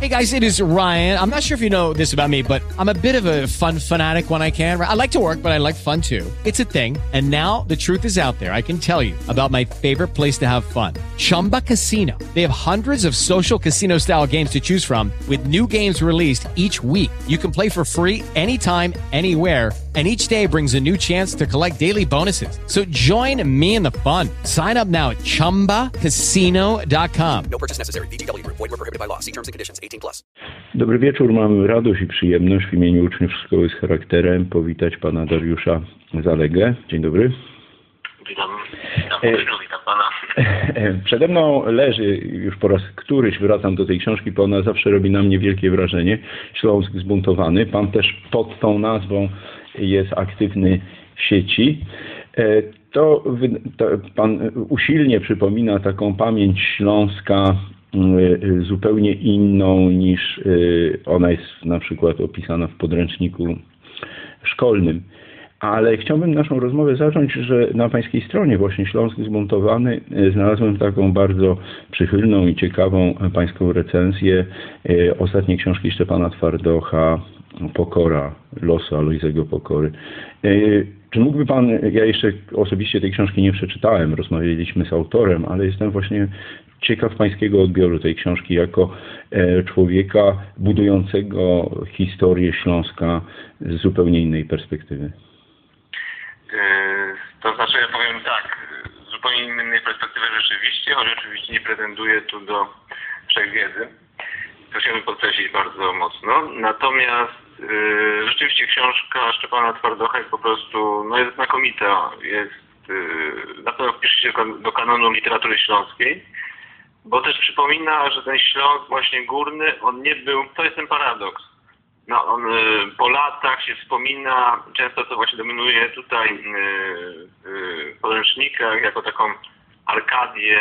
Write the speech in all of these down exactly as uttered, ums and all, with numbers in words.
Hey guys, it is Ryan. I'm not sure if you know this about me, but I'm a bit of a fun fanatic when I can. I like to work, but I like fun too. It's a thing. And now the truth is out there. I can tell you about my favorite place to have fun. Chumba Casino. They have hundreds of social casino style games to choose from with new games released each week. You can play for free anytime, anywhere. And each day brings a new chance to collect daily bonuses. So join me in the fun. Sign up now at chumba casino dot com. No purchase necessary. V G W Group. Void where prohibited by law. See terms and conditions. eighteen plus. Dobry wieczór. Mam radość i przyjemność w imieniu uczniów Szkoły z Charakterem powitać pana Dariusza Zalegę. Dzień dobry. Witam. Witam, e, witam pana. Przede mną leży już po raz któryś, wracam do tej książki, bo ona zawsze robi na mnie wielkie wrażenie. Śląsk zbuntowany. Pan też pod tą nazwą jest aktywny w sieci. To, to pan usilnie przypomina taką pamięć Śląska zupełnie inną niż ona jest na przykład opisana w podręczniku szkolnym. Ale chciałbym naszą rozmowę zacząć, że na pańskiej stronie właśnie Śląsk zbuntowany znalazłem taką bardzo przychylną i ciekawą pańską recenzję ostatniej książki Szczepana Twardocha Pokora, losu Alojzego Pokory. Czy mógłby pan, ja jeszcze osobiście tej książki nie przeczytałem, rozmawialiśmy z autorem, ale jestem właśnie ciekaw pańskiego odbioru tej książki jako człowieka budującego historię Śląska z zupełnie innej perspektywy. To znaczy, ja powiem tak, z zupełnie innej perspektywy rzeczywiście, choć oczywiście nie pretenduję tu do wszechwiedzy. To chciałbym podkreślić bardzo mocno. Natomiast yy, rzeczywiście książka Szczepana Twardocha jest po prostu, no jest znakomita. Jest, yy, na pewno wpisze się do kanonu literatury śląskiej, bo też przypomina, że ten Śląsk właśnie górny, on nie był, to jest ten paradoks. No, on yy, po latach się wspomina, często to właśnie dominuje tutaj yy, yy, w podręcznikach jako taką Arkadię,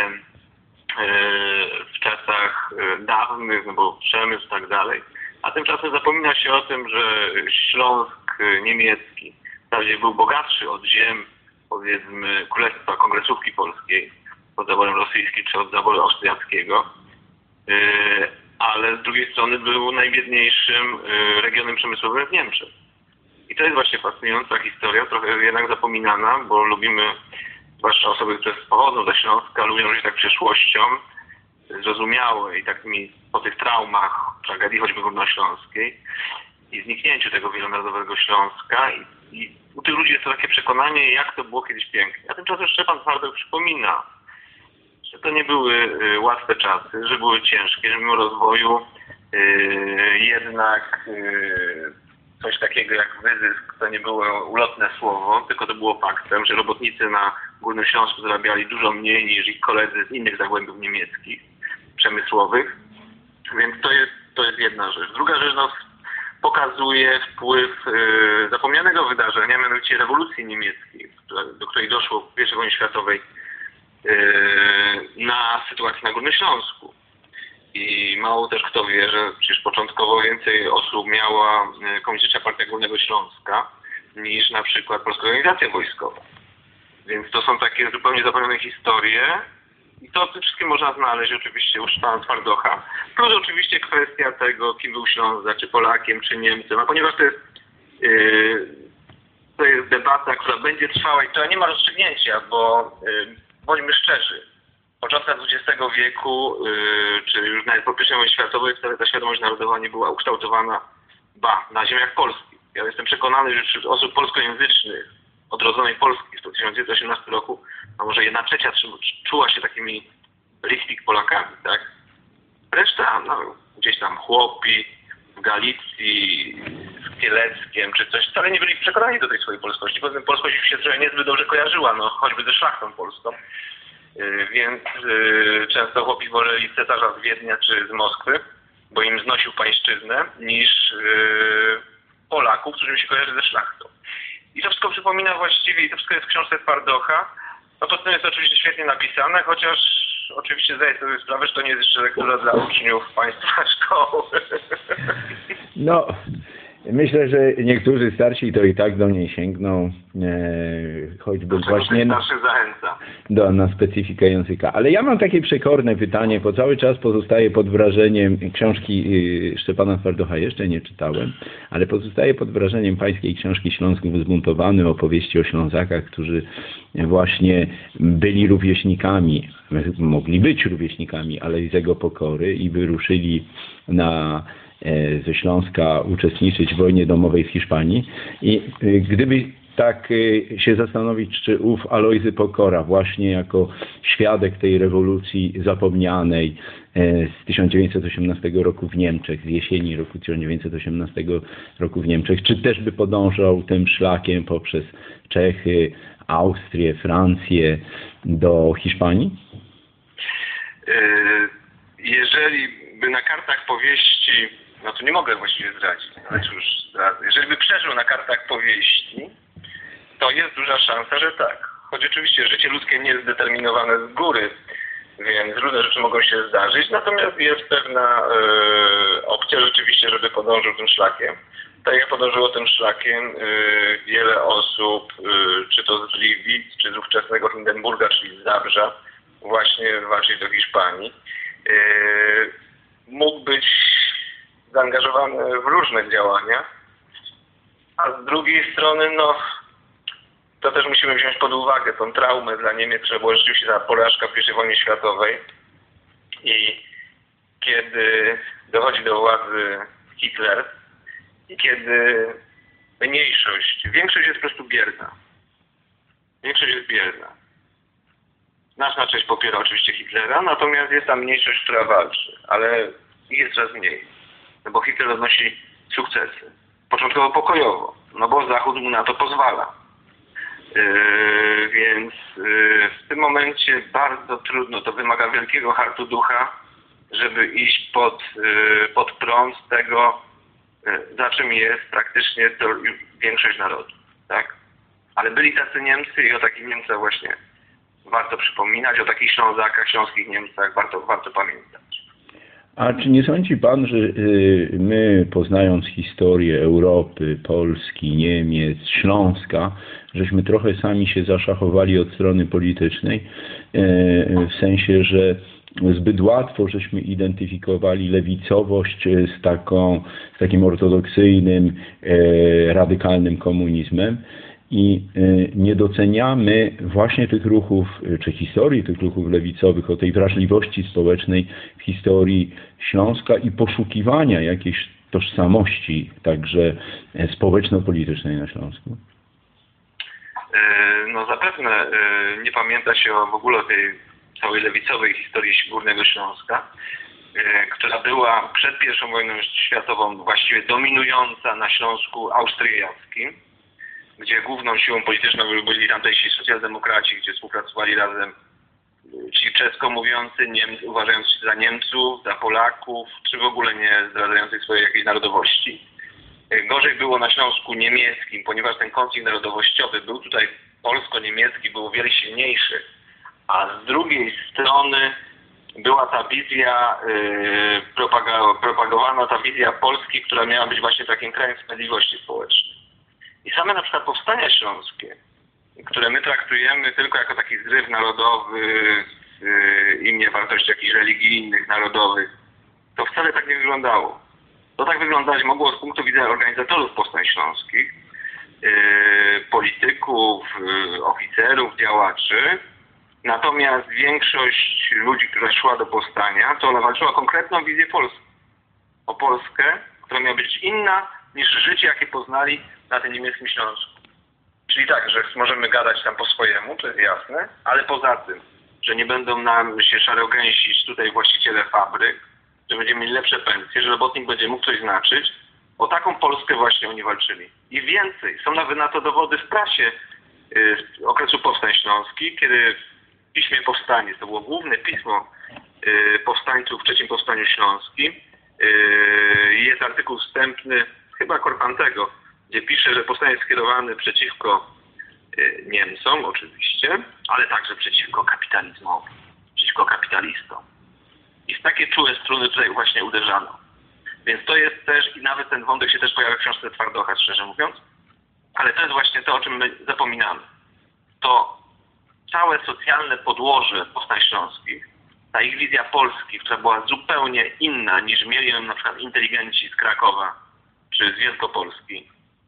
w czasach dawnych, no bo przemysł i tak dalej. A tymczasem zapomina się o tym, że Śląsk niemiecki wprawdzie był bogatszy od ziem, powiedzmy, Królestwa Kongresówki Polskiej, pod zaborem rosyjskim czy od zaboru austriackiego, ale z drugiej strony był najbiedniejszym regionem przemysłowym w Niemczech. I to jest właśnie fascynująca historia, trochę jednak zapominana, bo lubimy, zwłaszcza osoby, które pochodzą ze Śląska, lubią żyć tak przeszłością, zrozumiałe i takimi po tych traumach, tragedii choćby górnośląskiej i zniknięciu tego wielonarodowego Śląska. I, I u tych ludzi jest to takie przekonanie, jak to było kiedyś pięknie. A tymczasem Szczepan Twardok przypomina, że to nie były y, łatwe czasy, że były ciężkie, że mimo rozwoju y, jednak y, coś takiego jak wyzysk to nie było ulotne słowo, tylko to było faktem, że robotnicy na Górnym Śląsku zarabiali dużo mniej niż ich koledzy z innych zagłębiów niemieckich, przemysłowych. Więc to jest, to jest jedna rzecz. Druga rzecz, no, pokazuje wpływ yy, zapomnianego wydarzenia, mianowicie rewolucji niemieckiej, do której doszło w pierwszej wojnie światowej, yy, na sytuację na Górnym Śląsku. I mało też kto wie, że przecież początkowo więcej osób miała Komunistyczna Partia Górnego Śląska niż na przykład Polska Organizacja Wojskowa. Więc to są takie zupełnie zapomniane historie i to wszystkim można znaleźć oczywiście u Szczepana Twardocha. Plus oczywiście kwestia tego, kim był Śląsk, czy Polakiem, czy Niemcem, a ponieważ to jest, yy, to jest debata, która będzie trwała i która nie ma rozstrzygnięcia, bo yy, bądźmy szczerzy, w początkach dwudziestego wieku, yy, czy już nawet po pierwszej wojnie światowej, wtedy ta świadomość narodowa nie była ukształtowana, ba, na ziemiach polskich. Ja jestem przekonany, że wśród osób polskojęzycznych, odrodzonej Polski w tysiąc dziewięćset osiemnastym roku, no może jedna trzecia czuła się takimi lichtig Polakami, tak? Reszta, no, gdzieś tam chłopi w Galicji, z Kieleckiem, czy coś, wcale nie byli przekonani do tej swojej polskości. Poza tym polskość się trochę niezbyt dobrze kojarzyła, no, choćby ze szlachtą polską. Więc y, często chłopi woleli cesarza z Wiednia czy z Moskwy, bo im znosił pańszczyznę, niż y, Polaków, którzy się kojarzy ze szlachtą. I to wszystko przypomina właściwie, i to wszystko jest w książce Twardocha. No to jest oczywiście świetnie napisane, chociaż oczywiście zdaję sobie sprawę, że to nie jest jeszcze lektura dla uczniów państwa szkoły. No, myślę, że niektórzy starsi to i tak do niej sięgną, e, choćby Dlaczego właśnie... starszych zachęca? do, na specyfikę języka. Ale ja mam takie przekorne pytanie, bo cały czas pozostaję pod wrażeniem książki Szczepana Twardocha, jeszcze nie czytałem, ale pozostaję pod wrażeniem pańskiej książki Śląsków Zbuntowany, opowieści o Ślązakach, którzy właśnie byli rówieśnikami, mogli być rówieśnikami Alojzego Pokory i wyruszyli na ze Śląska uczestniczyć w wojnie domowej w Hiszpanii. I gdyby tak się zastanowić, czy ów Alojzy Pokora właśnie jako świadek tej rewolucji zapomnianej z tysiąc dziewięćset osiemnastego roku w Niemczech, z jesieni roku tysiąc dziewięćset osiemnastego roku w Niemczech, czy też by podążał tym szlakiem poprzez Czechy, Austrię, Francję do Hiszpanii? Jeżeli by na kartach powieści, no to nie mogę właściwie zdradzić, ale cóż, jeżeli by przeżył na kartach powieści, to jest duża szansa, że tak. Choć oczywiście życie ludzkie nie jest zdeterminowane z góry, więc różne rzeczy mogą się zdarzyć, natomiast jest pewna e, opcja rzeczywiście, żeby podążył tym szlakiem. Tak jak podążyło tym szlakiem e, wiele osób, e, czy to z Gliwic, czy z ówczesnego Hindenburga, czyli z Zabrza, właśnie walczyć do Hiszpanii. E, mógł być zaangażowany w różne działania, a z drugiej strony, no, to też musimy wziąć pod uwagę tą traumę dla Niemiec, że była rzeczywiście ta porażka w pierwszej wojnie światowej i kiedy dochodzi do władzy Hitler i kiedy mniejszość, większość jest po prostu bierna. Większość jest bierna. Znaczna część popiera oczywiście Hitlera, natomiast jest tam mniejszość, która walczy, ale jest coraz mniej, no bo Hitler odnosi sukcesy. Początkowo pokojowo, no bo Zachód mu na to pozwala. Yy, więc yy, w tym momencie bardzo trudno, to wymaga wielkiego hartu ducha, żeby iść pod, yy, pod prąd tego, yy, za czym jest praktycznie to większość narodu, tak? Ale byli tacy Niemcy i o takich Niemcach właśnie warto przypominać, o takich Ślązakach, śląskich Niemcach warto, warto pamiętać. A czy nie sądzi pan, że my, poznając historię Europy, Polski, Niemiec, Śląska, żeśmy trochę sami się zaszachowali od strony politycznej, w sensie, że zbyt łatwo żeśmy identyfikowali lewicowość z, taką, z takim ortodoksyjnym, radykalnym komunizmem i nie doceniamy właśnie tych ruchów, czy historii tych ruchów lewicowych, o tej wrażliwości społecznej w historii Śląska i poszukiwania jakiejś tożsamości także społeczno-politycznej na Śląsku? No zapewne nie pamięta się w ogóle o tej całej lewicowej historii Górnego Śląska, która była przed pierwszą wojną światową właściwie dominująca na Śląsku austriackim, gdzie główną siłą polityczną byli tamtejsi socjaldemokraci, gdzie współpracowali razem ci czesko mówiący, Niemcy, uważając się za Niemców, za Polaków, czy w ogóle nie zdradzających swojej jakiejś narodowości. Gorzej było na Śląsku niemieckim, ponieważ ten konflikt narodowościowy był tutaj polsko-niemiecki, był o wiele silniejszy, a z drugiej strony była ta wizja, yy, propaga, propagowana ta wizja Polski, która miała być właśnie takim krajem sprawiedliwości społecznej. I same na przykład powstania śląskie, które my traktujemy tylko jako taki zryw narodowy z yy, imię wartości jakichś religijnych, narodowych, to wcale tak nie wyglądało. To tak wyglądać mogło z punktu widzenia organizatorów powstań śląskich, yy, polityków, yy, oficerów, działaczy. Natomiast większość ludzi, która szła do powstania, to ona walczyła o konkretną wizję Polski. O Polskę, która miała być inna niż życie, jakie poznali na tym niemieckim Śląsku. Czyli tak, że możemy gadać tam po swojemu, to jest jasne, ale poza tym, że nie będą nam się szarogęsić tutaj właściciele fabryk, że będziemy mieli lepsze pensje, że robotnik będzie mógł coś znaczyć. O taką Polskę właśnie oni walczyli. I więcej, są nawet na to dowody w prasie yy, z okresu powstań śląskich, kiedy w piśmie Powstanie, to było główne pismo yy, powstańców w trzecim Powstaniu Śląskim, yy, jest artykuł wstępny, chyba Korpantego, gdzie pisze, że powstanie jest skierowany przeciwko yy, Niemcom oczywiście, ale także przeciwko kapitalizmowi, przeciwko kapitalistom. I w takie czułe struny tutaj właśnie uderzano. Więc to jest też, i nawet ten wątek się też pojawia w książce Twardocha, szczerze mówiąc, ale to jest właśnie to, o czym my zapominamy. To całe socjalne podłoże powstań śląskich, ta ich wizja Polski, która była zupełnie inna niż mieli ją na przykład inteligenci z Krakowa czy z Wielkopolski.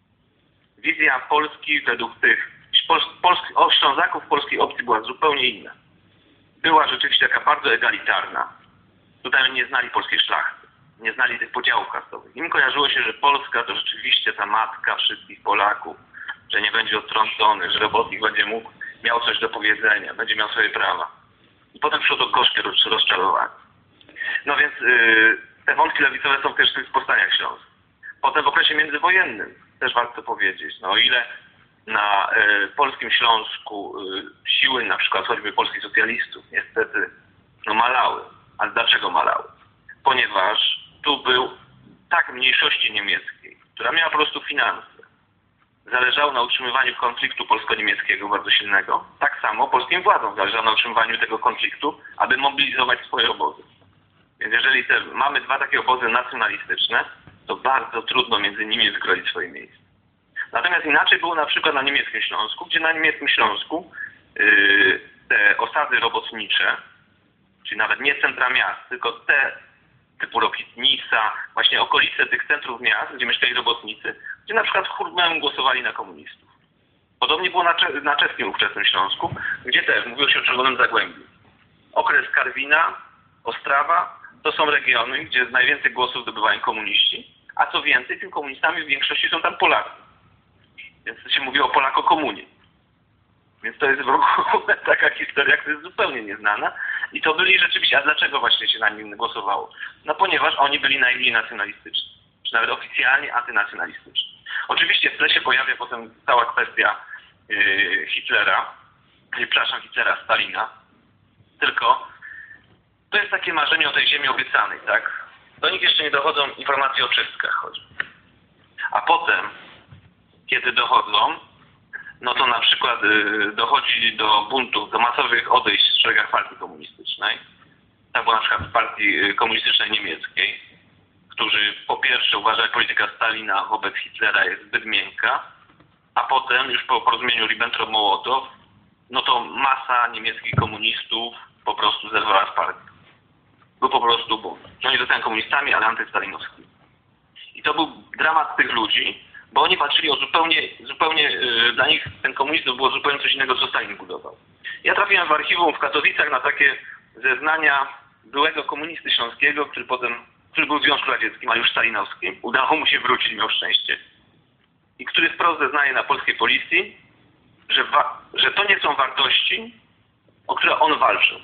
Wizja Polski według tych polskich, o, Ślązaków polskiej opcji była zupełnie inna. Była rzeczywiście taka bardzo egalitarna. Tutaj nie znali polskiej szlachty, nie znali tych podziałów klasowych. Im kojarzyło się, że Polska to rzeczywiście ta matka wszystkich Polaków, że nie będzie odtrącony, że robotnik będzie mógł, miał coś do powiedzenia, będzie miał swoje prawa. I potem przyszło to gorzkie rozczarowanie. No więc yy, te wątki lewicowe są też w tych powstaniach śląskich. Potem w okresie międzywojennym też warto powiedzieć, no o ile na y, polskim Śląsku y, siły na przykład choćby polskich socjalistów niestety no malały. Ale dlaczego malały? Ponieważ tu był tak mniejszości niemieckiej, która miała po prostu finanse. Zależało na utrzymywaniu konfliktu polsko-niemieckiego bardzo silnego. Tak samo polskim władzom zależało na utrzymywaniu tego konfliktu, aby mobilizować swoje obozy. Więc jeżeli te, mamy dwa takie obozy nacjonalistyczne, to bardzo trudno między nimi wykroić swoje miejsce. Natomiast inaczej było na przykład na niemieckim Śląsku, gdzie na niemieckim Śląsku yy, te osady robotnicze, czyli nawet nie centra miast, tylko te typu Rokitnica, właśnie okolice tych centrów miast, gdzie mieszkali robotnicy, gdzie na przykład hurtem głosowali na komunistów. Podobnie było na, cze- na czeskim ówczesnym Śląsku, gdzie też mówiło się o Czerwonym Zagłębiu. Okres Karwina, Ostrawa to są regiony, gdzie najwięcej głosów zdobywają komuniści, a co więcej, tym komunistami w większości są tam Polacy. Więc się mówi o Polako-komunie. Więc to jest w ogóle taka historia, która jest zupełnie nieznana. I to byli rzeczywiście, a dlaczego właśnie się na nim głosowało? No ponieważ oni byli najmniej nacjonalistyczni, czy nawet oficjalnie antynacjonalistyczni. Oczywiście w tle się pojawia potem cała kwestia yy, Hitlera, yy, przepraszam, Hitlera, Stalina. Tylko to jest takie marzenie o tej ziemi obiecanej, tak? Do nich jeszcze nie dochodzą informacje o czystkach choćby. A potem, kiedy dochodzą, no to na przykład y, dochodzi do buntów, do masowych odejść w szeregach partii komunistycznej. Tak było na przykład w partii komunistycznej niemieckiej, którzy po pierwsze uważali, że polityka Stalina wobec Hitlera jest zbyt miękka, a potem już po porozumieniu Ribbentrop-Mołotow, no to masa niemieckich komunistów po prostu zerwała z partii. Był po prostu bunt. No nie zostają komunistami, ale antystalinowskimi. I to był dramat tych ludzi, bo oni walczyli o zupełnie, zupełnie yy, dla nich ten komunizm to było zupełnie coś innego, co Stalin budował. Ja trafiłem w archiwum w Katowicach na takie zeznania byłego komunisty śląskiego, który potem, który był w Związku Radzieckim, a już stalinowskim. Udało mu się wrócić, miał szczęście. I który wprost zeznaje na polskiej policji, że, wa- że to nie są wartości, o które on walczył.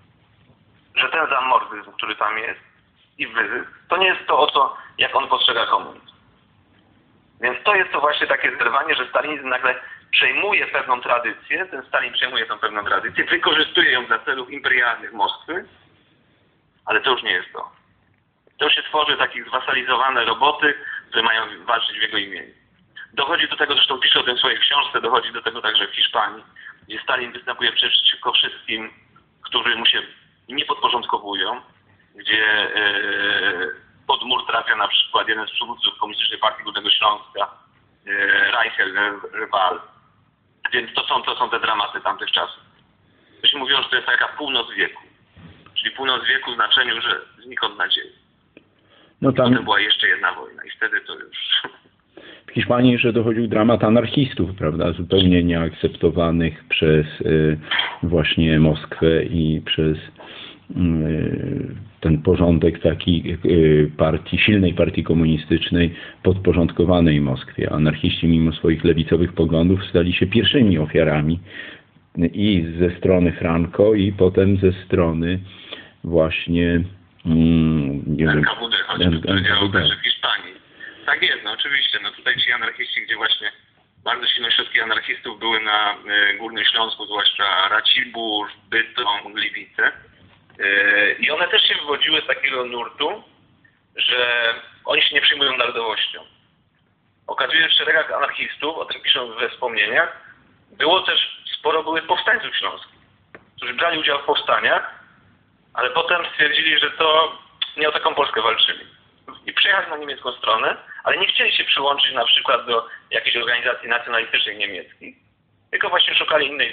Że ten zamordyzm, który tam jest i wyzysk, to nie jest to, o co, jak on postrzega komunizm. Więc to jest to właśnie takie zerwanie, że stalinizm nagle przejmuje pewną tradycję, ten Stalin przejmuje tą pewną tradycję, wykorzystuje ją dla celów imperialnych Moskwy, ale to już nie jest to. To już się tworzy takie zwasalizowane roboty, które mają walczyć w jego imieniu. Dochodzi do tego, zresztą pisze o tym w swojej książce, dochodzi do tego także w Hiszpanii, gdzie Stalin występuje przeciwko wszystkim, którzy mu się nie podporządkowują, gdzie yy, pod mur trafia na przykład jeden z przywódców Komunistycznej Partii Górnego Śląska, yy, Reichel Rybal. Więc to są, to są te dramaty tamtych czasów. To się mówiło, że to jest taka północ wieku. Czyli północ wieku w znaczeniu, że znikąd nadziei. No tam... Potem była jeszcze jedna wojna i wtedy to już... W Hiszpanii jeszcze dochodził dramat anarchistów, prawda, zupełnie nieakceptowanych przez y, właśnie Moskwę i przez y, ten porządek taki y, partii, silnej partii komunistycznej podporządkowanej Moskwie. Anarchiści mimo swoich lewicowych poglądów stali się pierwszymi ofiarami i ze strony Franco i potem ze strony właśnie mm, nie wiem, choćby, który działał także w Hiszpanii. Tak jest, no oczywiście. No tutaj ci anarchiści, gdzie właśnie bardzo silne ośrodki anarchistów były na y, Górnym Śląsku, zwłaszcza Racibórz, Bytom, Gliwice. Y, I one też się wywodziły z takiego nurtu, że oni się nie przyjmują narodowością. Okazuje się, że w szeregach anarchistów, o tym piszą we wspomnieniach, było też sporo byłych powstańców śląskich, którzy brali udział w powstaniach, ale potem stwierdzili, że to nie o taką Polskę walczyli. I przyjechali na niemiecką stronę, ale nie chcieli się przyłączyć na przykład do jakiejś organizacji nacjonalistycznych niemieckich, tylko właśnie szukali innej drogi.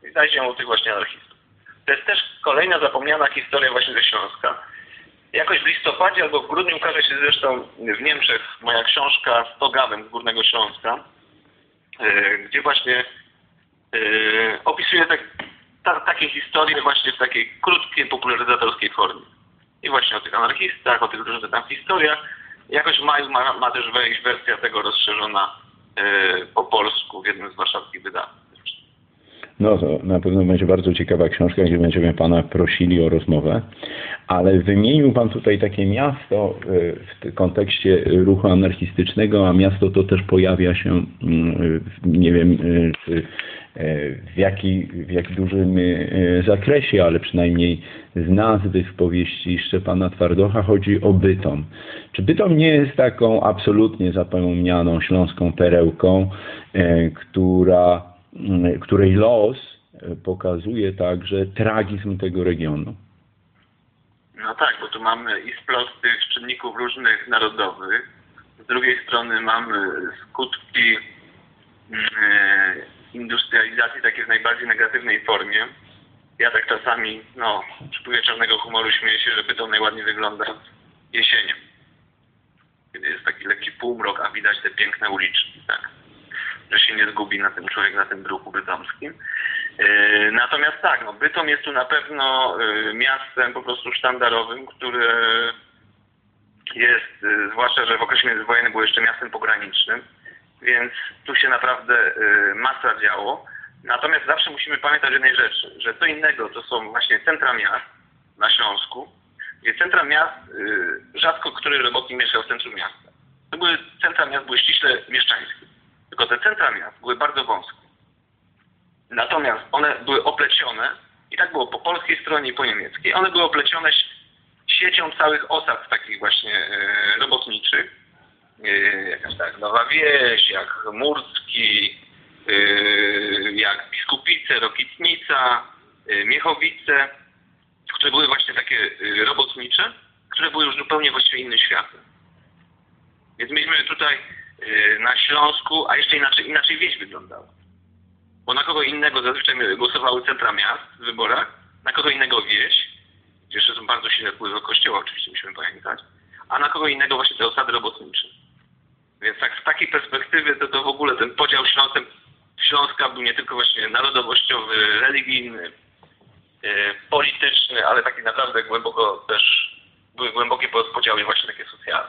I znajdzie ją u tych właśnie anarchistów. To jest też kolejna zapomniana historia właśnie ze Śląska. Jakoś w listopadzie albo w grudniu ukaże się zresztą w Niemczech moja książka sto gawem z Górnego Śląska, gdzie właśnie opisuję tak, ta, takie historie właśnie w takiej krótkiej, popularyzatorskiej formie. I właśnie o tych anarchistach, o tych różnych tam historiach. Jakoś w maju ma, ma też wejść wersja tego rozszerzona yy, po polsku w jednym z warszawskich wydawnictw. No to na pewno będzie bardzo ciekawa książka, gdzie będziemy Pana prosili o rozmowę. Ale wymienił Pan tutaj takie miasto w kontekście ruchu anarchistycznego, a miasto to też pojawia się, nie wiem, w jaki, w jak dużym zakresie, ale przynajmniej z nazwy w powieści Szczepana Twardocha chodzi o Bytom. Czy Bytom nie jest taką absolutnie zapomnianą śląską perełką, która, której los pokazuje także tragizm tego regionu? No tak, bo tu mamy i splot tych czynników różnych narodowych. Z drugiej strony mamy skutki yy, industrializacji takiej w najbardziej negatywnej formie. Ja tak czasami, no, przy wpływie czarnego humoru śmieję się, że Bytom najładniej wygląda jesienią. Kiedy jest taki lekki półmrok, a widać te piękne uliczki, tak. Że się nie zgubi na tym człowiek, na tym druku bytomskim. Yy, natomiast tak, no, Bytom jest tu na pewno yy, miastem po prostu sztandarowym, które jest, yy, zwłaszcza, że w okresie międzywojennym było jeszcze miastem pogranicznym, więc tu się naprawdę yy, masa działo. Natomiast zawsze musimy pamiętać o jednej rzeczy, że co innego to są właśnie centra miast na Śląsku, gdzie centra miast, yy, rzadko który robotnik mieszkał w centrum miasta. To były centra miast, były ściśle mieszczańskie, tylko te centra miast były bardzo wąskie. Natomiast one były oplecione, i tak było po polskiej stronie i po niemieckiej, one były oplecione siecią całych osad takich właśnie e, robotniczych, e, jakaś tak Nowa Wieś, jak Murski, e, jak Biskupice, Rokitnica, e, Miechowice, które były właśnie takie e, robotnicze, które były już zupełnie właściwie innym światem. Więc mieliśmy tutaj e, na Śląsku, a jeszcze inaczej, inaczej wieś wyglądała. Bo na kogo innego zazwyczaj głosowały centra miast w wyborach, na kogo innego wieś, gdzie jeszcze są bardzo silne wpływy kościoła, oczywiście musimy pamiętać, a na kogo innego właśnie te osady robotnicze. Więc tak z takiej perspektywy to, to w ogóle ten podział Śląsem, Śląska był nie tylko właśnie narodowościowy, religijny, yy, polityczny, ale taki naprawdę głęboko też, były głębokie podziały właśnie takie socjalne.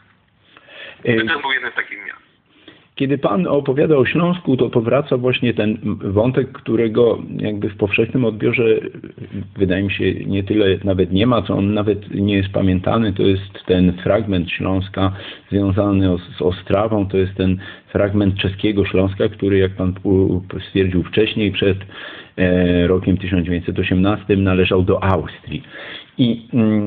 Nie? To był jeden z takich miast. Kiedy Pan opowiada o Śląsku, to powraca właśnie ten wątek, którego jakby w powszechnym odbiorze wydaje mi się nie tyle nawet nie ma, co on nawet nie jest pamiętany. To jest ten fragment Śląska związany z Ostrawą, to jest ten fragment czeskiego Śląska, który, jak Pan stwierdził wcześniej, przed rokiem tysiąc dziewięćset osiemnastym należał do Austrii. I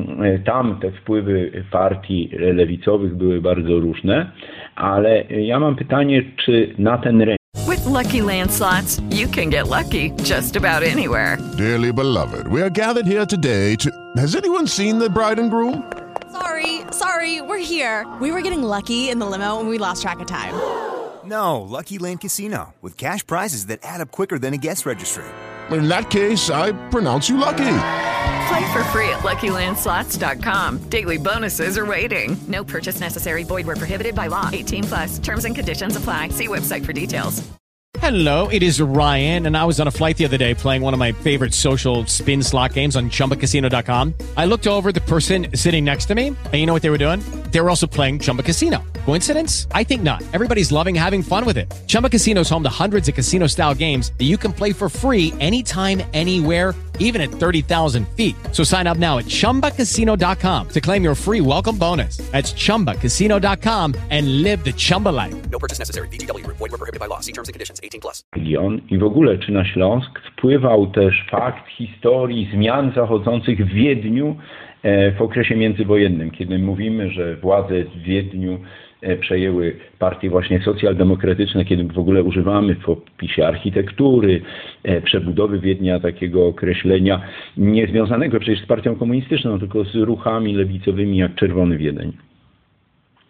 tam te wpływy partii lewicowych były bardzo różne, ale ja mam pytanie, czy na ten rynku... With Lucky Land Slots, you can get lucky just about anywhere. Dearly beloved, we are gathered here today to... Has anyone seen the bride and groom? Sorry, sorry, we're here. We were getting lucky in the limo and we lost track of time. No, Lucky Land Casino, with cash prizes that add up quicker than a guest registry. In that case, I pronounce you lucky. Play for free at lucky land slots dot com. Daily bonuses are waiting. No purchase necessary. Void where prohibited by law. eighteen plus. Terms and conditions apply. See website for details. Hello, it is Ryan, and I was on a flight the other day playing one of my favorite social spin slot games on chumba casino dot com. I looked over at the person sitting next to me, and you know what they were doing? They were also playing Chumba Casino. Coincidence? I think not. Everybody's loving having fun with it. Chumba Casino is home to hundreds of casino-style games that you can play for free anytime, anywhere, even at thirty thousand feet. So sign up now at chumba casino dot com to claim your free welcome bonus. That's chumba casino dot com and live the Chumba life. No purchase necessary. V G W. Void where prohibited by law. See terms and conditions. eighteen plus. I w ogóle, czy na Śląsk wpływał też fakt historii zmian zachodzących w Wiedniu w okresie międzywojennym, kiedy mówimy, że władze w Wiedniu przejęły partie właśnie socjaldemokratyczne, kiedy w ogóle używamy w opisie architektury, przebudowy Wiednia takiego określenia niezwiązanego przecież z partią komunistyczną, tylko z ruchami lewicowymi jak Czerwony Wiedeń.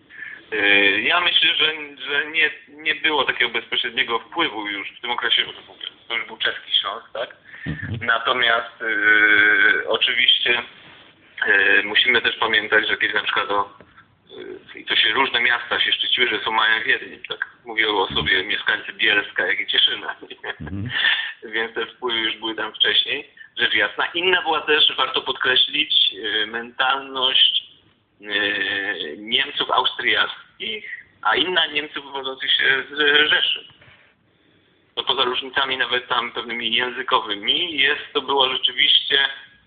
Ja myślę, że, że nie, nie było takiego bezpośredniego wpływu już w tym okresie, to już był czeski Śląsk, tak? Mhm. Natomiast y, oczywiście y, musimy też pamiętać, że kiedy na przykład o, y, i to się różne miasta się szczyciły, że są małe Wiednie, tak? Mówią o sobie mieszkańcy Bielska, jak i Cieszyna. Mhm. Więc te wpływy już były tam wcześniej, rzecz jasna. Inna była też, warto podkreślić, y, mentalność y, Niemców austriackich, a inna Niemców wywodzących się z Rzeszy. No poza różnicami nawet tam pewnymi językowymi, jest to było rzeczywiście,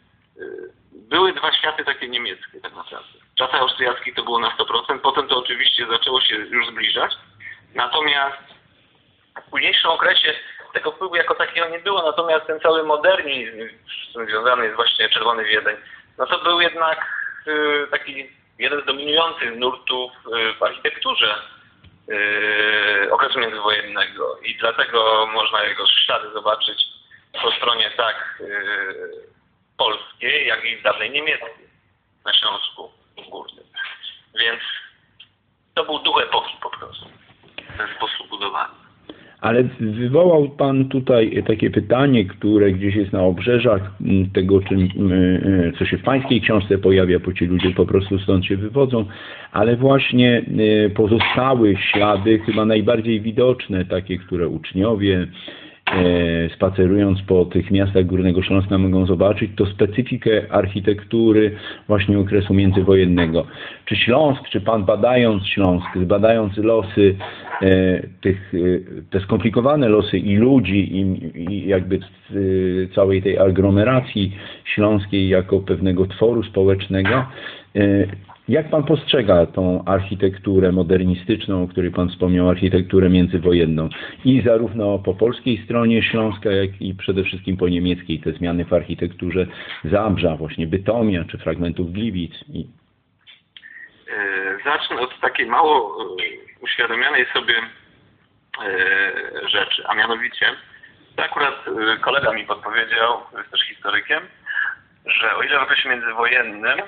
były dwa światy takie niemieckie tak naprawdę. W czasach austriackich to było na sto procent, potem to oczywiście zaczęło się już zbliżać, natomiast w późniejszym okresie tego wpływu jako takiego nie było, natomiast ten cały modernizm, z tym związany jest właśnie Czerwony Wiedeń, no to był jednak taki jeden z dominujących nurtów w architekturze Yy, okresu międzywojennego i dlatego można jego ślady zobaczyć po stronie tak yy, polskiej, jak i dawnej niemieckiej na Śląsku Górnym. Więc to był duch epoki po prostu, ten sposób budowania. Ale wywołał Pan tutaj takie pytanie, które gdzieś jest na obrzeżach tego, czym, co się w Pańskiej książce pojawia, bo ci ludzie po prostu stąd się wywodzą, ale właśnie pozostały ślady, chyba najbardziej widoczne, takie, które uczniowie spacerując po tych miastach Górnego Śląska mogą zobaczyć, to specyfikę architektury właśnie okresu międzywojennego. Czy Śląsk, czy Pan badając Śląsk, badając losy, e, tych, e, te skomplikowane losy i ludzi, i, i jakby e, całej tej aglomeracji śląskiej jako pewnego tworu społecznego, e, jak Pan postrzega tą architekturę modernistyczną, o której Pan wspomniał, architekturę międzywojenną i zarówno po polskiej stronie Śląska, jak i przede wszystkim po niemieckiej, te zmiany w architekturze Zabrza, właśnie Bytomia, czy fragmentów Gliwic? I... Zacznę od takiej mało uświadomionej sobie rzeczy, a mianowicie, to akurat kolega mi podpowiedział, jest też historykiem, że o ile w okresie międzywojennym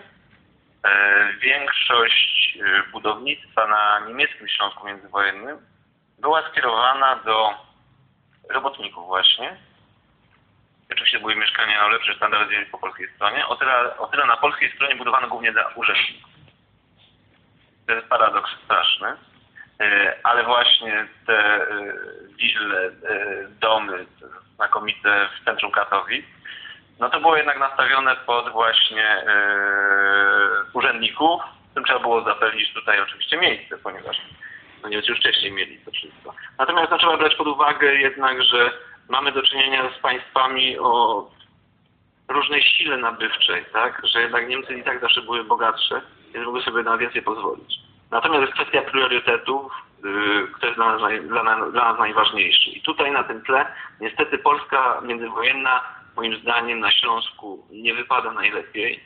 większość budownictwa na niemieckim Śląsku międzywojennym była skierowana do robotników właśnie. Oczywiście były mieszkania o lepszych standardach po polskiej stronie. O tyle, o tyle na polskiej stronie budowano głównie dla urzędników. To jest paradoks straszny, ale właśnie te wille, domy znakomite w centrum Katowic, no to było jednak nastawione pod właśnie yy, urzędników. Tym trzeba było zapewnić tutaj oczywiście miejsce, ponieważ no Niemcy już wcześniej mieli to wszystko. Natomiast no, trzeba brać pod uwagę jednak, że mamy do czynienia z państwami o różnej sile nabywczej, tak? Że jednak Niemcy i tak zawsze były bogatsze, więc mogły sobie na więcej pozwolić. Natomiast jest kwestia priorytetów, yy, kto jest dla nas, naj, dla, dla nas najważniejszy. I tutaj na tym tle niestety Polska międzywojenna moim zdaniem na Śląsku nie wypada najlepiej.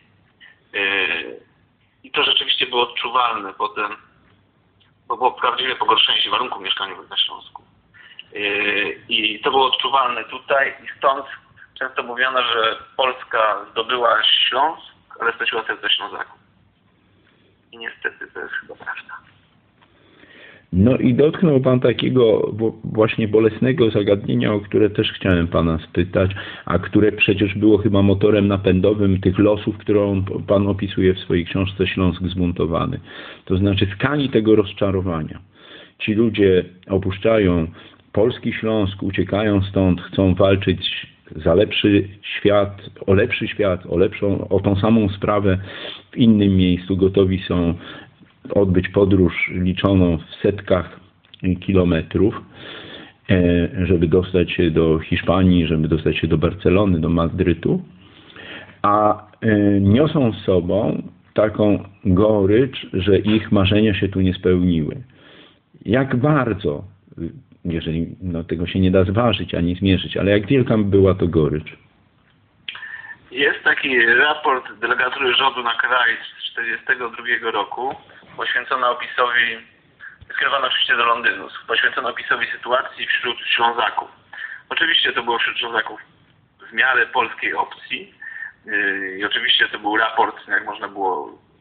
I to rzeczywiście było odczuwalne potem, bo było prawdziwe pogorszenie się warunków mieszkaniowych na Śląsku. I to było odczuwalne tutaj i stąd często mówiono, że Polska zdobyła Śląsk, ale straciła serce Ślązaków. I niestety to jest chyba prawda. No i dotknął Pan takiego właśnie bolesnego zagadnienia, o które też chciałem Pana spytać, a które przecież było chyba motorem napędowym tych losów, którą Pan opisuje w swojej książce Śląsk zbuntowany. To znaczy skali tego rozczarowania. Ci ludzie opuszczają polski Śląsk, uciekają stąd, chcą walczyć za lepszy świat, o lepszy świat, o lepszą, o tą samą sprawę w innym miejscu, gotowi są odbyć podróż liczoną w setkach kilometrów, żeby dostać się do Hiszpanii, żeby dostać się do Barcelony, do Madrytu, a niosą z sobą taką gorycz, że ich marzenia się tu nie spełniły. Jak bardzo, jeżeli no, tego się nie da zważyć ani zmierzyć, ale jak wielka była to gorycz? Jest taki raport delegatury rządu na kraj z tysiąc dziewięćset czterdziestego drugiego roku, poświęcony opisowi, skierowany oczywiście do Londynu, poświęcony opisowi sytuacji wśród Ślązaków. Oczywiście to było wśród Ślązaków w miarę polskiej opcji i oczywiście to był raport, jak można było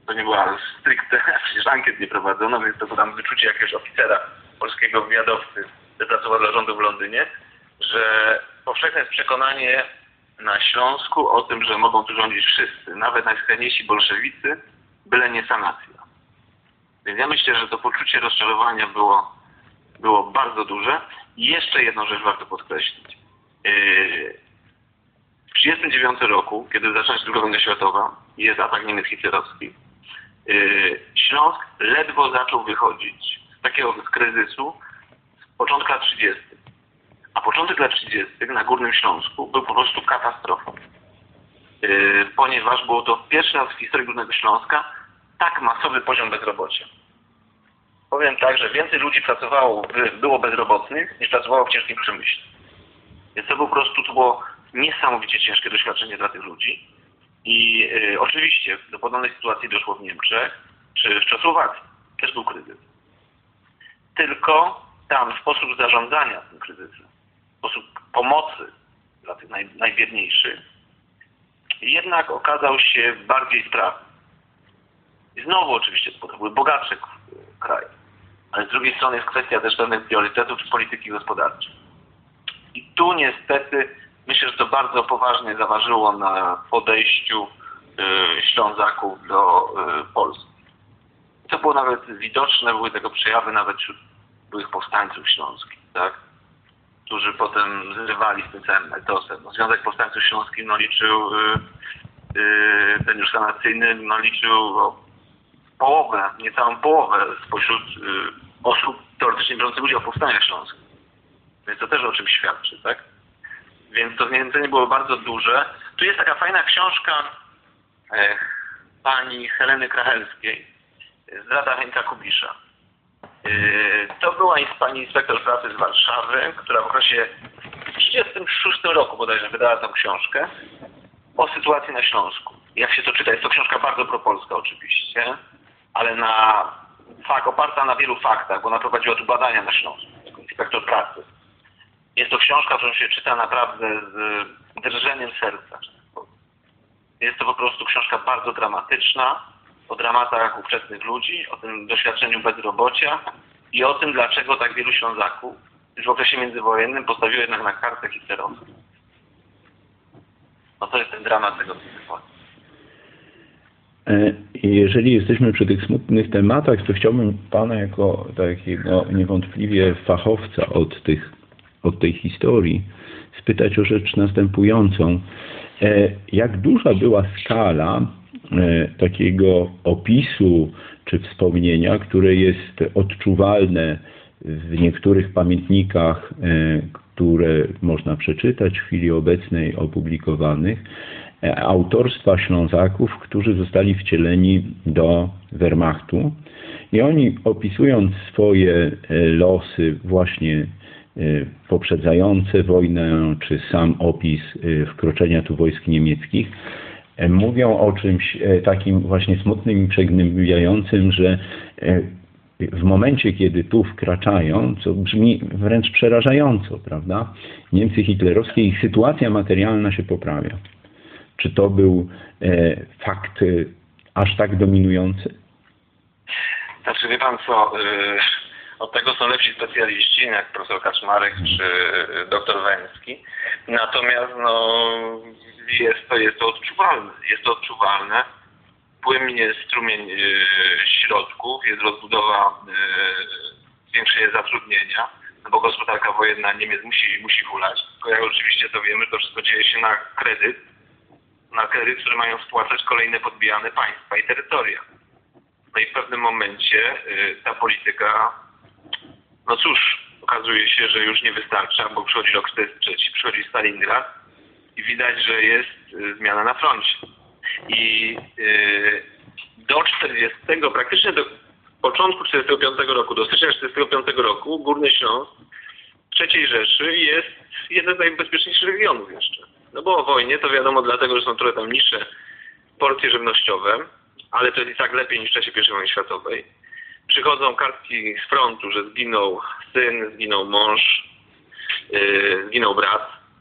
to nie była stricte, przecież ankiet nie prowadzono, więc to tam wyczucie jakiegoś oficera polskiego wywiadowcy, który pracował dla rządu w Londynie, że powszechne jest przekonanie na Śląsku o tym, że mogą tu rządzić wszyscy, nawet najskrajniejsi bolszewicy, byle nie sanacja. Więc ja myślę, że to poczucie rozczarowania było, było bardzo duże. I jeszcze jedną rzecz warto podkreślić. W tysiąc dziewięćset trzydziestym dziewiątym roku, kiedy zaczęła się druga wojna światowa i jest atak Niemiec hitlerowski, Śląsk ledwo zaczął wychodzić z takiego z kryzysu z początku lat trzydziestych. A początek lat trzydziestych na Górnym Śląsku był po prostu katastrofą. Ponieważ było to pierwszy raz w historii Górnego Śląska tak masowy poziom bezrobocia. Powiem tak, że więcej ludzi pracowało, było bezrobotnych, niż pracowało w ciężkim przemyśle. Więc to po prostu to było niesamowicie ciężkie doświadczenie dla tych ludzi. I y, oczywiście do podobnej sytuacji doszło w Niemczech, czy w Czechosłowacji. Też był kryzys. Tylko tam sposób zarządzania tym kryzysem, sposób pomocy dla tych naj, najbiedniejszych jednak okazał się bardziej sprawny. I znowu oczywiście to były bogatsze kraje. Ale z drugiej strony jest kwestia też pewnych priorytetów czy polityki gospodarczej. I tu niestety myślę, że to bardzo poważnie zaważyło na podejściu y, Ślązaków do y, Polski. To było nawet widoczne, były tego przejawy nawet wśród byłych powstańców śląskich, tak? Którzy potem zrywali z tym całym etosem. No, Związek Powstańców Śląskich no, liczył, y, y, ten już sanacyjny, no, liczył o połowę, niecałą połowę spośród y, osób teoretycznie biorących udział w powstaniach śląskich. Więc to też o czymś świadczy, tak? Więc to zniechęcenie było bardzo duże. Tu jest taka fajna książka e, pani Heleny Krachelskiej, Zdrada Henryka Kubisza. E, to była pani inspektor pracy z Warszawy, która w okresie w trzydziestym szóstym roku bodajże wydała tę książkę o sytuacji na Śląsku. Jak się to czyta, jest to książka bardzo propolska oczywiście, ale na fakt, oparta na wielu faktach, bo ona prowadziła tu badania na Śląsku, jako inspektor pracy. Jest to książka, którą się czyta naprawdę z drżeniem serca. Jest to po prostu książka bardzo dramatyczna, o dramatach ówczesnych ludzi, o tym doświadczeniu bezrobocia i o tym, dlaczego tak wielu Ślązaków już w okresie międzywojennym postawiło jednak na kartę hitlerowską. No to jest ten dramat tego sytuacji. Jeżeli jesteśmy przy tych smutnych tematach, to chciałbym Pana jako takiego niewątpliwie fachowca od tych od tej historii spytać o rzecz następującą. Jak duża była skala takiego opisu czy wspomnienia, które jest odczuwalne w niektórych pamiętnikach, które można przeczytać w chwili obecnej opublikowanych, autorstwa Ślązaków, którzy zostali wcieleni do Wehrmachtu. I oni, opisując swoje losy właśnie poprzedzające wojnę, czy sam opis wkroczenia tu wojsk niemieckich, mówią o czymś takim właśnie smutnym i przegnębiającym, że w momencie, kiedy tu wkraczają, co brzmi wręcz przerażająco, prawda? Niemcy hitlerowskie, ich sytuacja materialna się poprawia. Czy to był fakt aż tak dominujący? Znaczy, wie pan co... Yy... Od tego są lepsi specjaliści, jak profesor Kaczmarek czy doktor Węcki. Natomiast no, jest, to, jest to odczuwalne. Jest to odczuwalne. Płynnie strumień y, środków, jest rozbudowa, y, zwiększenie zatrudnienia, no bo gospodarka wojenna Niemiec musi, musi hulać. Tylko jak oczywiście to wiemy, to wszystko dzieje się na kredyt, na kredyt, który mają spłacać kolejne podbijane państwa i terytoria. No i w pewnym momencie y, ta polityka, no cóż, okazuje się, że już nie wystarcza, bo przychodzi rok czterdziesty trzeci, przychodzi Stalingrad i widać, że jest y, zmiana na froncie. I y, do czterdziestego, praktycznie do początku czterdziestego piątego roku, do stycznia czterdziestego piątego roku Górny Śląsk trzeciej Rzeszy jest jeden z najbezpieczniejszych regionów jeszcze. No bo o wojnie to wiadomo dlatego, że są trochę tam niższe porcje żywnościowe, ale to jest i tak lepiej niż w czasie pierwszej wojny światowej. Przychodzą kartki z frontu, że zginął syn, zginął mąż, yy, zginął brat.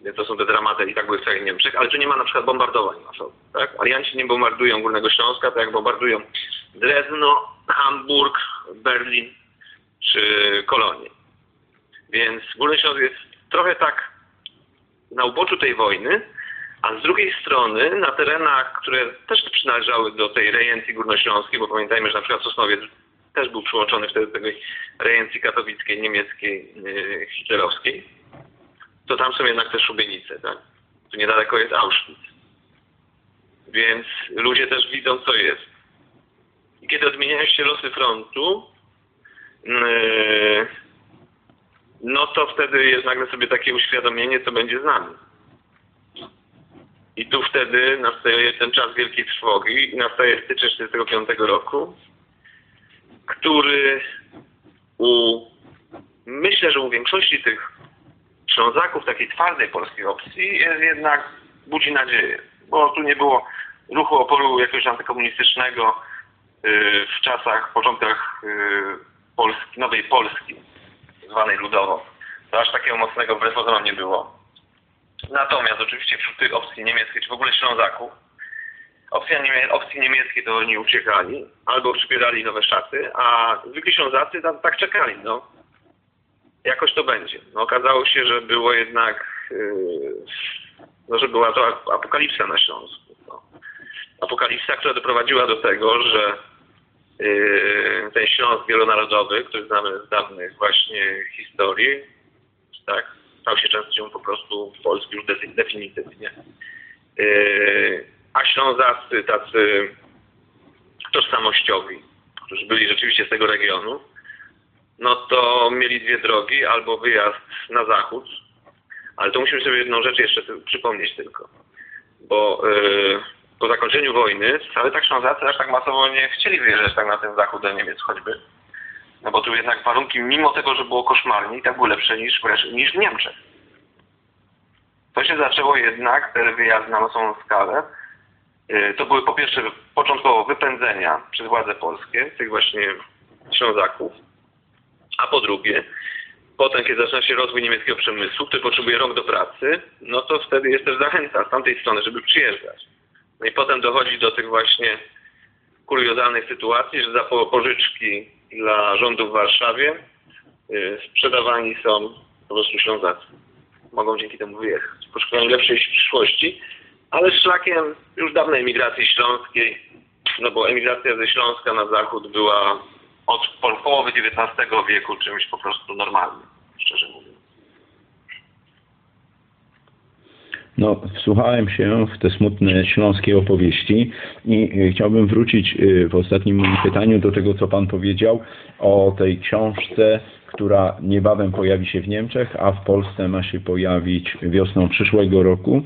Więc to są te dramaty i tak były w całych Niemczech, ale tu nie ma na przykład bombardowań masowych, tak? Alianci nie bombardują Górnego Śląska, tak jak bombardują Drezno, Hamburg, Berlin czy Kolonię. Więc Górny Śląsk jest trochę tak na uboczu tej wojny, a z drugiej strony na terenach, które też przynależały do tej rejencji górnośląskiej, bo pamiętajmy, że na przykład Sosnowiec też był przyłączony wtedy do tej rejencji katowickiej, niemieckiej, yy, hitlerowskiej, to tam są jednak te szubienice, tak? Tu niedaleko jest Auschwitz. Więc ludzie też widzą, co jest. I kiedy odmieniają się losy frontu, yy, no to wtedy jest nagle sobie takie uświadomienie, co będzie z nami. I tu wtedy nastaje ten czas wielkiej trwogi i nastaje styczeń tysiąc dziewięćset czterdziestego piątego roku, który u, myślę, że u większości tych Ślązaków takiej twardej polskiej opcji jest jednak, budzi nadzieję. Bo tu nie było ruchu oporu jakiegoś antykomunistycznego yy, w czasach, początkach yy, Polski, nowej Polski, zwanej ludową. To aż takiego mocnego wbrew pozorom nie było. Natomiast oczywiście wśród tych opcji niemieckich, czy w ogóle Ślązaków, opcja niemie- opcji niemieckiej to oni uciekali, albo przybierali nowe szaty, a zwykli Ślązacy tam tak czekali, no. Jakoś to będzie. No, okazało się, że było jednak, yy, no, że była to apokalipsa na Śląsku. No. Apokalipsa, która doprowadziła do tego, że yy, ten Śląsk wielonarodowy, który znamy z dawnych właśnie historii, tak, stał się częścią po prostu Polski już definitywnie. Yy, a Ślązacy tacy tożsamościowi, którzy byli rzeczywiście z tego regionu, no to mieli dwie drogi, albo wyjazd na zachód, ale to musimy sobie jedną rzecz jeszcze przypomnieć tylko, bo yy, po zakończeniu wojny wcale tak Ślązacy aż tak masowo nie chcieli wyjeżdżać tak na ten zachód do Niemiec choćby, no bo tu jednak warunki, mimo tego, że było koszmarnie, i tak były lepsze niż, niż w Niemczech. To się zaczęło jednak, te wyjazdy na masową skalę, yy, to były po pierwsze początkowo wypędzenia przez władze polskie tych właśnie Ślązaków, a po drugie, potem, kiedy zaczyna się rozwój niemieckiego przemysłu, który potrzebuje rąk do pracy, no to wtedy jest też zachęta z tamtej strony, żeby przyjeżdżać. No i potem dochodzi do tych właśnie kuriozalnych sytuacji, że za pożyczki dla rządu w Warszawie yy, sprzedawani są po prostu Ślązacy. Mogą dzięki temu wyjechać. Poszukują lepszej przyszłości, ale szlakiem już dawnej emigracji śląskiej, no bo emigracja ze Śląska na zachód była od połowy dziewiętnastego wieku czymś po prostu normalnym, szczerze mówiąc. No, wsłuchałem się w te smutne śląskie opowieści i chciałbym wrócić w ostatnim moim pytaniu do tego, co Pan powiedział o tej książce, która niebawem pojawi się w Niemczech, a w Polsce ma się pojawić wiosną przyszłego roku.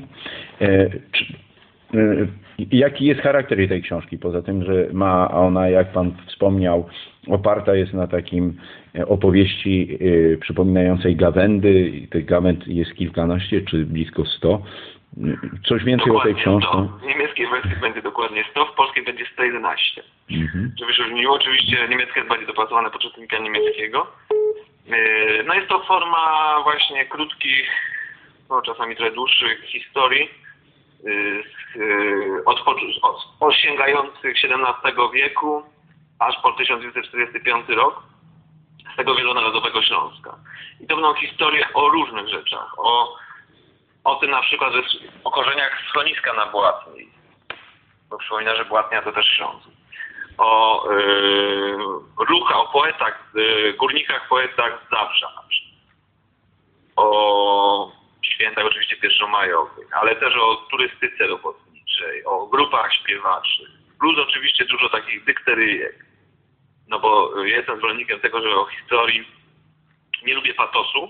Jaki jest charakter tej książki? Poza tym, że ma ona, jak Pan wspomniał, oparta jest na takim opowieści y, przypominającej gawędy. Tych gawęd jest kilkanaście, czy blisko sto. Coś więcej dokładnie o tej książce? sto. W niemieckiej wersji będzie dokładnie sto, w polskiej będzie sto jedenaście. Mhm. Żeby się różniło, oczywiście niemieckie jest bardziej dopasowane pod czytelnika niemieckiego. Yy, no jest to forma właśnie krótkich, no czasami trochę dłuższych historii, Od, od, od sięgających siedemnastego wieku aż po tysiąc dziewięćset czterdziesty piąty rok z tego wielonarodowego Śląska. I to będą historie o różnych rzeczach. O, o tym na przykład, że o korzeniach schroniska na Błatniej. Bo przypomina, że Błatnia to też Śląsk. O yy, ruchach, o poetach, yy, górnikach, poetach z Zabrza na przykład. O świętach oczywiście pierwszomajowych, ale też o turystyce robotniczej, o grupach śpiewaczych, plus oczywiście dużo takich dykteryjek. No bo jestem zwolennikiem tego, że o historii nie lubię patosu,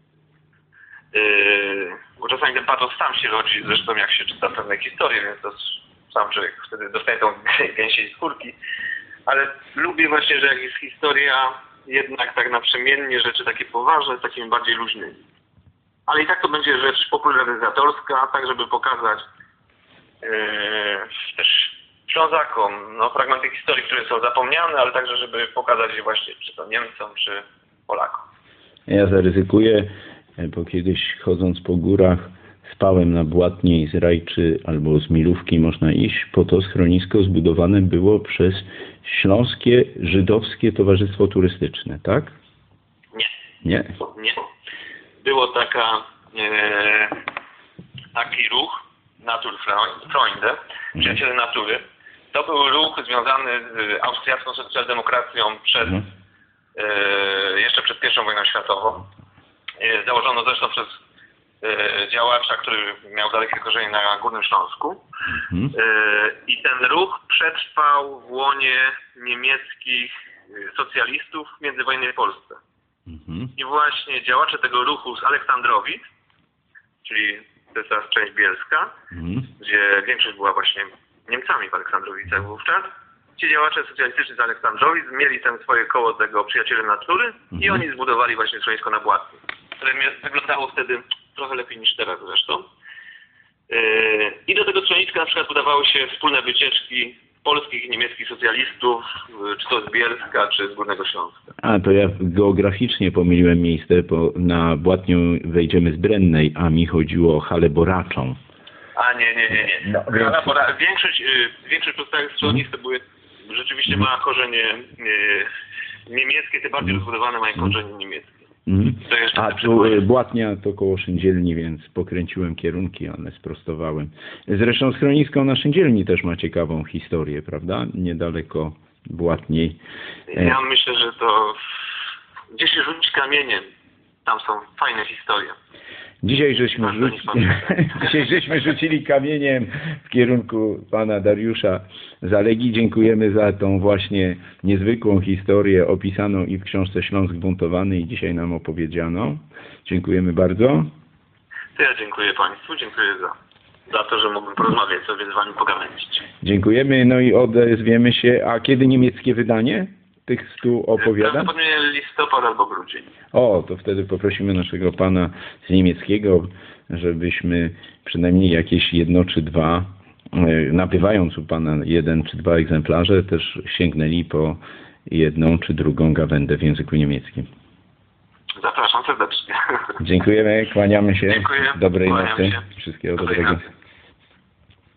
yy, bo czasami ten patos sam się rodzi, zresztą jak się czyta pewne historie, więc to sam człowiek wtedy dostaje tą gęsiej skórki, ale lubię właśnie, że jak jest historia jednak tak naprzemiennie, rzeczy takie poważne z takimi bardziej luźnymi. Ale i tak to będzie rzecz popularyzatorska, tak żeby pokazać yy, też Ślązakom no, fragmenty historii, które są zapomniane, ale także żeby pokazać je właśnie czy to Niemcom, czy Polakom. Ja zaryzykuję, bo kiedyś chodząc po górach Spałem na Błatnie i z Rajczy albo z Milówki można iść, po to schronisko zbudowane było przez Śląskie Żydowskie Towarzystwo Turystyczne, tak? Nie. Nie? Nie. Było taka, e, taki ruch Naturfreunde, Przyjaciele Natury. To był ruch związany z austriacką socjaldemokracją przed, mhm. e, jeszcze przed pierwszą wojną światową. E, założono zresztą przez e, działacza, który miał dalekie korzenie na Górnym Śląsku. Mhm. E, I ten ruch przetrwał w łonie niemieckich socjalistów w międzywojennej Polsce. Mhm. I właśnie działacze tego ruchu z Aleksandrowic, czyli to jest teraz część Bielska, mhm. gdzie większość była właśnie Niemcami w Aleksandrowicach wówczas. Ci działacze socjalistyczni z Aleksandrowic mieli tam swoje koło tego Przyjaciele Natury mhm. i oni zbudowali właśnie schronisko na Błatnie, które wyglądało wtedy trochę lepiej niż teraz zresztą. Yy, I do tego schroniska na przykład budowały się wspólne wycieczki polskich i niemieckich socjalistów, czy to z Bielska, czy z Górnego Śląska. A, to ja geograficznie pomyliłem miejsce, bo na Błatnią wejdziemy z Brennej, a mi chodziło o halę Boraczą. A nie, nie, nie, nie. No, więc... Hala Bora... Większość, większość pozostałych schronisk to były, rzeczywiście ma korzenie niemieckie, te bardziej rozbudowane mają korzenie niemieckie. Mhm. A tu Błatnia to koło Szyndzielni, więc pokręciłem kierunki, ale sprostowałem. Zresztą schronisko na Szyndzielni też ma ciekawą historię, prawda? Niedaleko Błatniej. Ja myślę, że to gdzie się rzucić kamieniem, tam są fajne historie. Dzisiaj żeśmy, rzuci... Dzisiaj żeśmy rzucili kamieniem w kierunku pana Dariusza Zalegi. Dziękujemy za tą właśnie niezwykłą historię opisaną i w książce Śląsk Zbuntowany i dzisiaj nam opowiedziano. Dziękujemy bardzo. To ja dziękuję państwu, dziękuję za, za to, że mógłbym porozmawiać sobie z wami, pogawędzić. Dziękujemy, no i odezwiemy się. A kiedy niemieckie wydanie tych stu opowiadań? Prawdopodobnie listopad albo grudzień. O, to wtedy poprosimy naszego pana z niemieckiego, żebyśmy przynajmniej jakieś jedno czy dwa, nabywając u pana jeden czy dwa egzemplarze, też sięgnęli po jedną czy drugą gawędę w języku niemieckim. Zapraszam serdecznie. Dziękujemy, kłaniamy się. Dziękuję. Dobrej Kłaniam nocy. się. Wszystkiego Dobrej dobrego. nocy.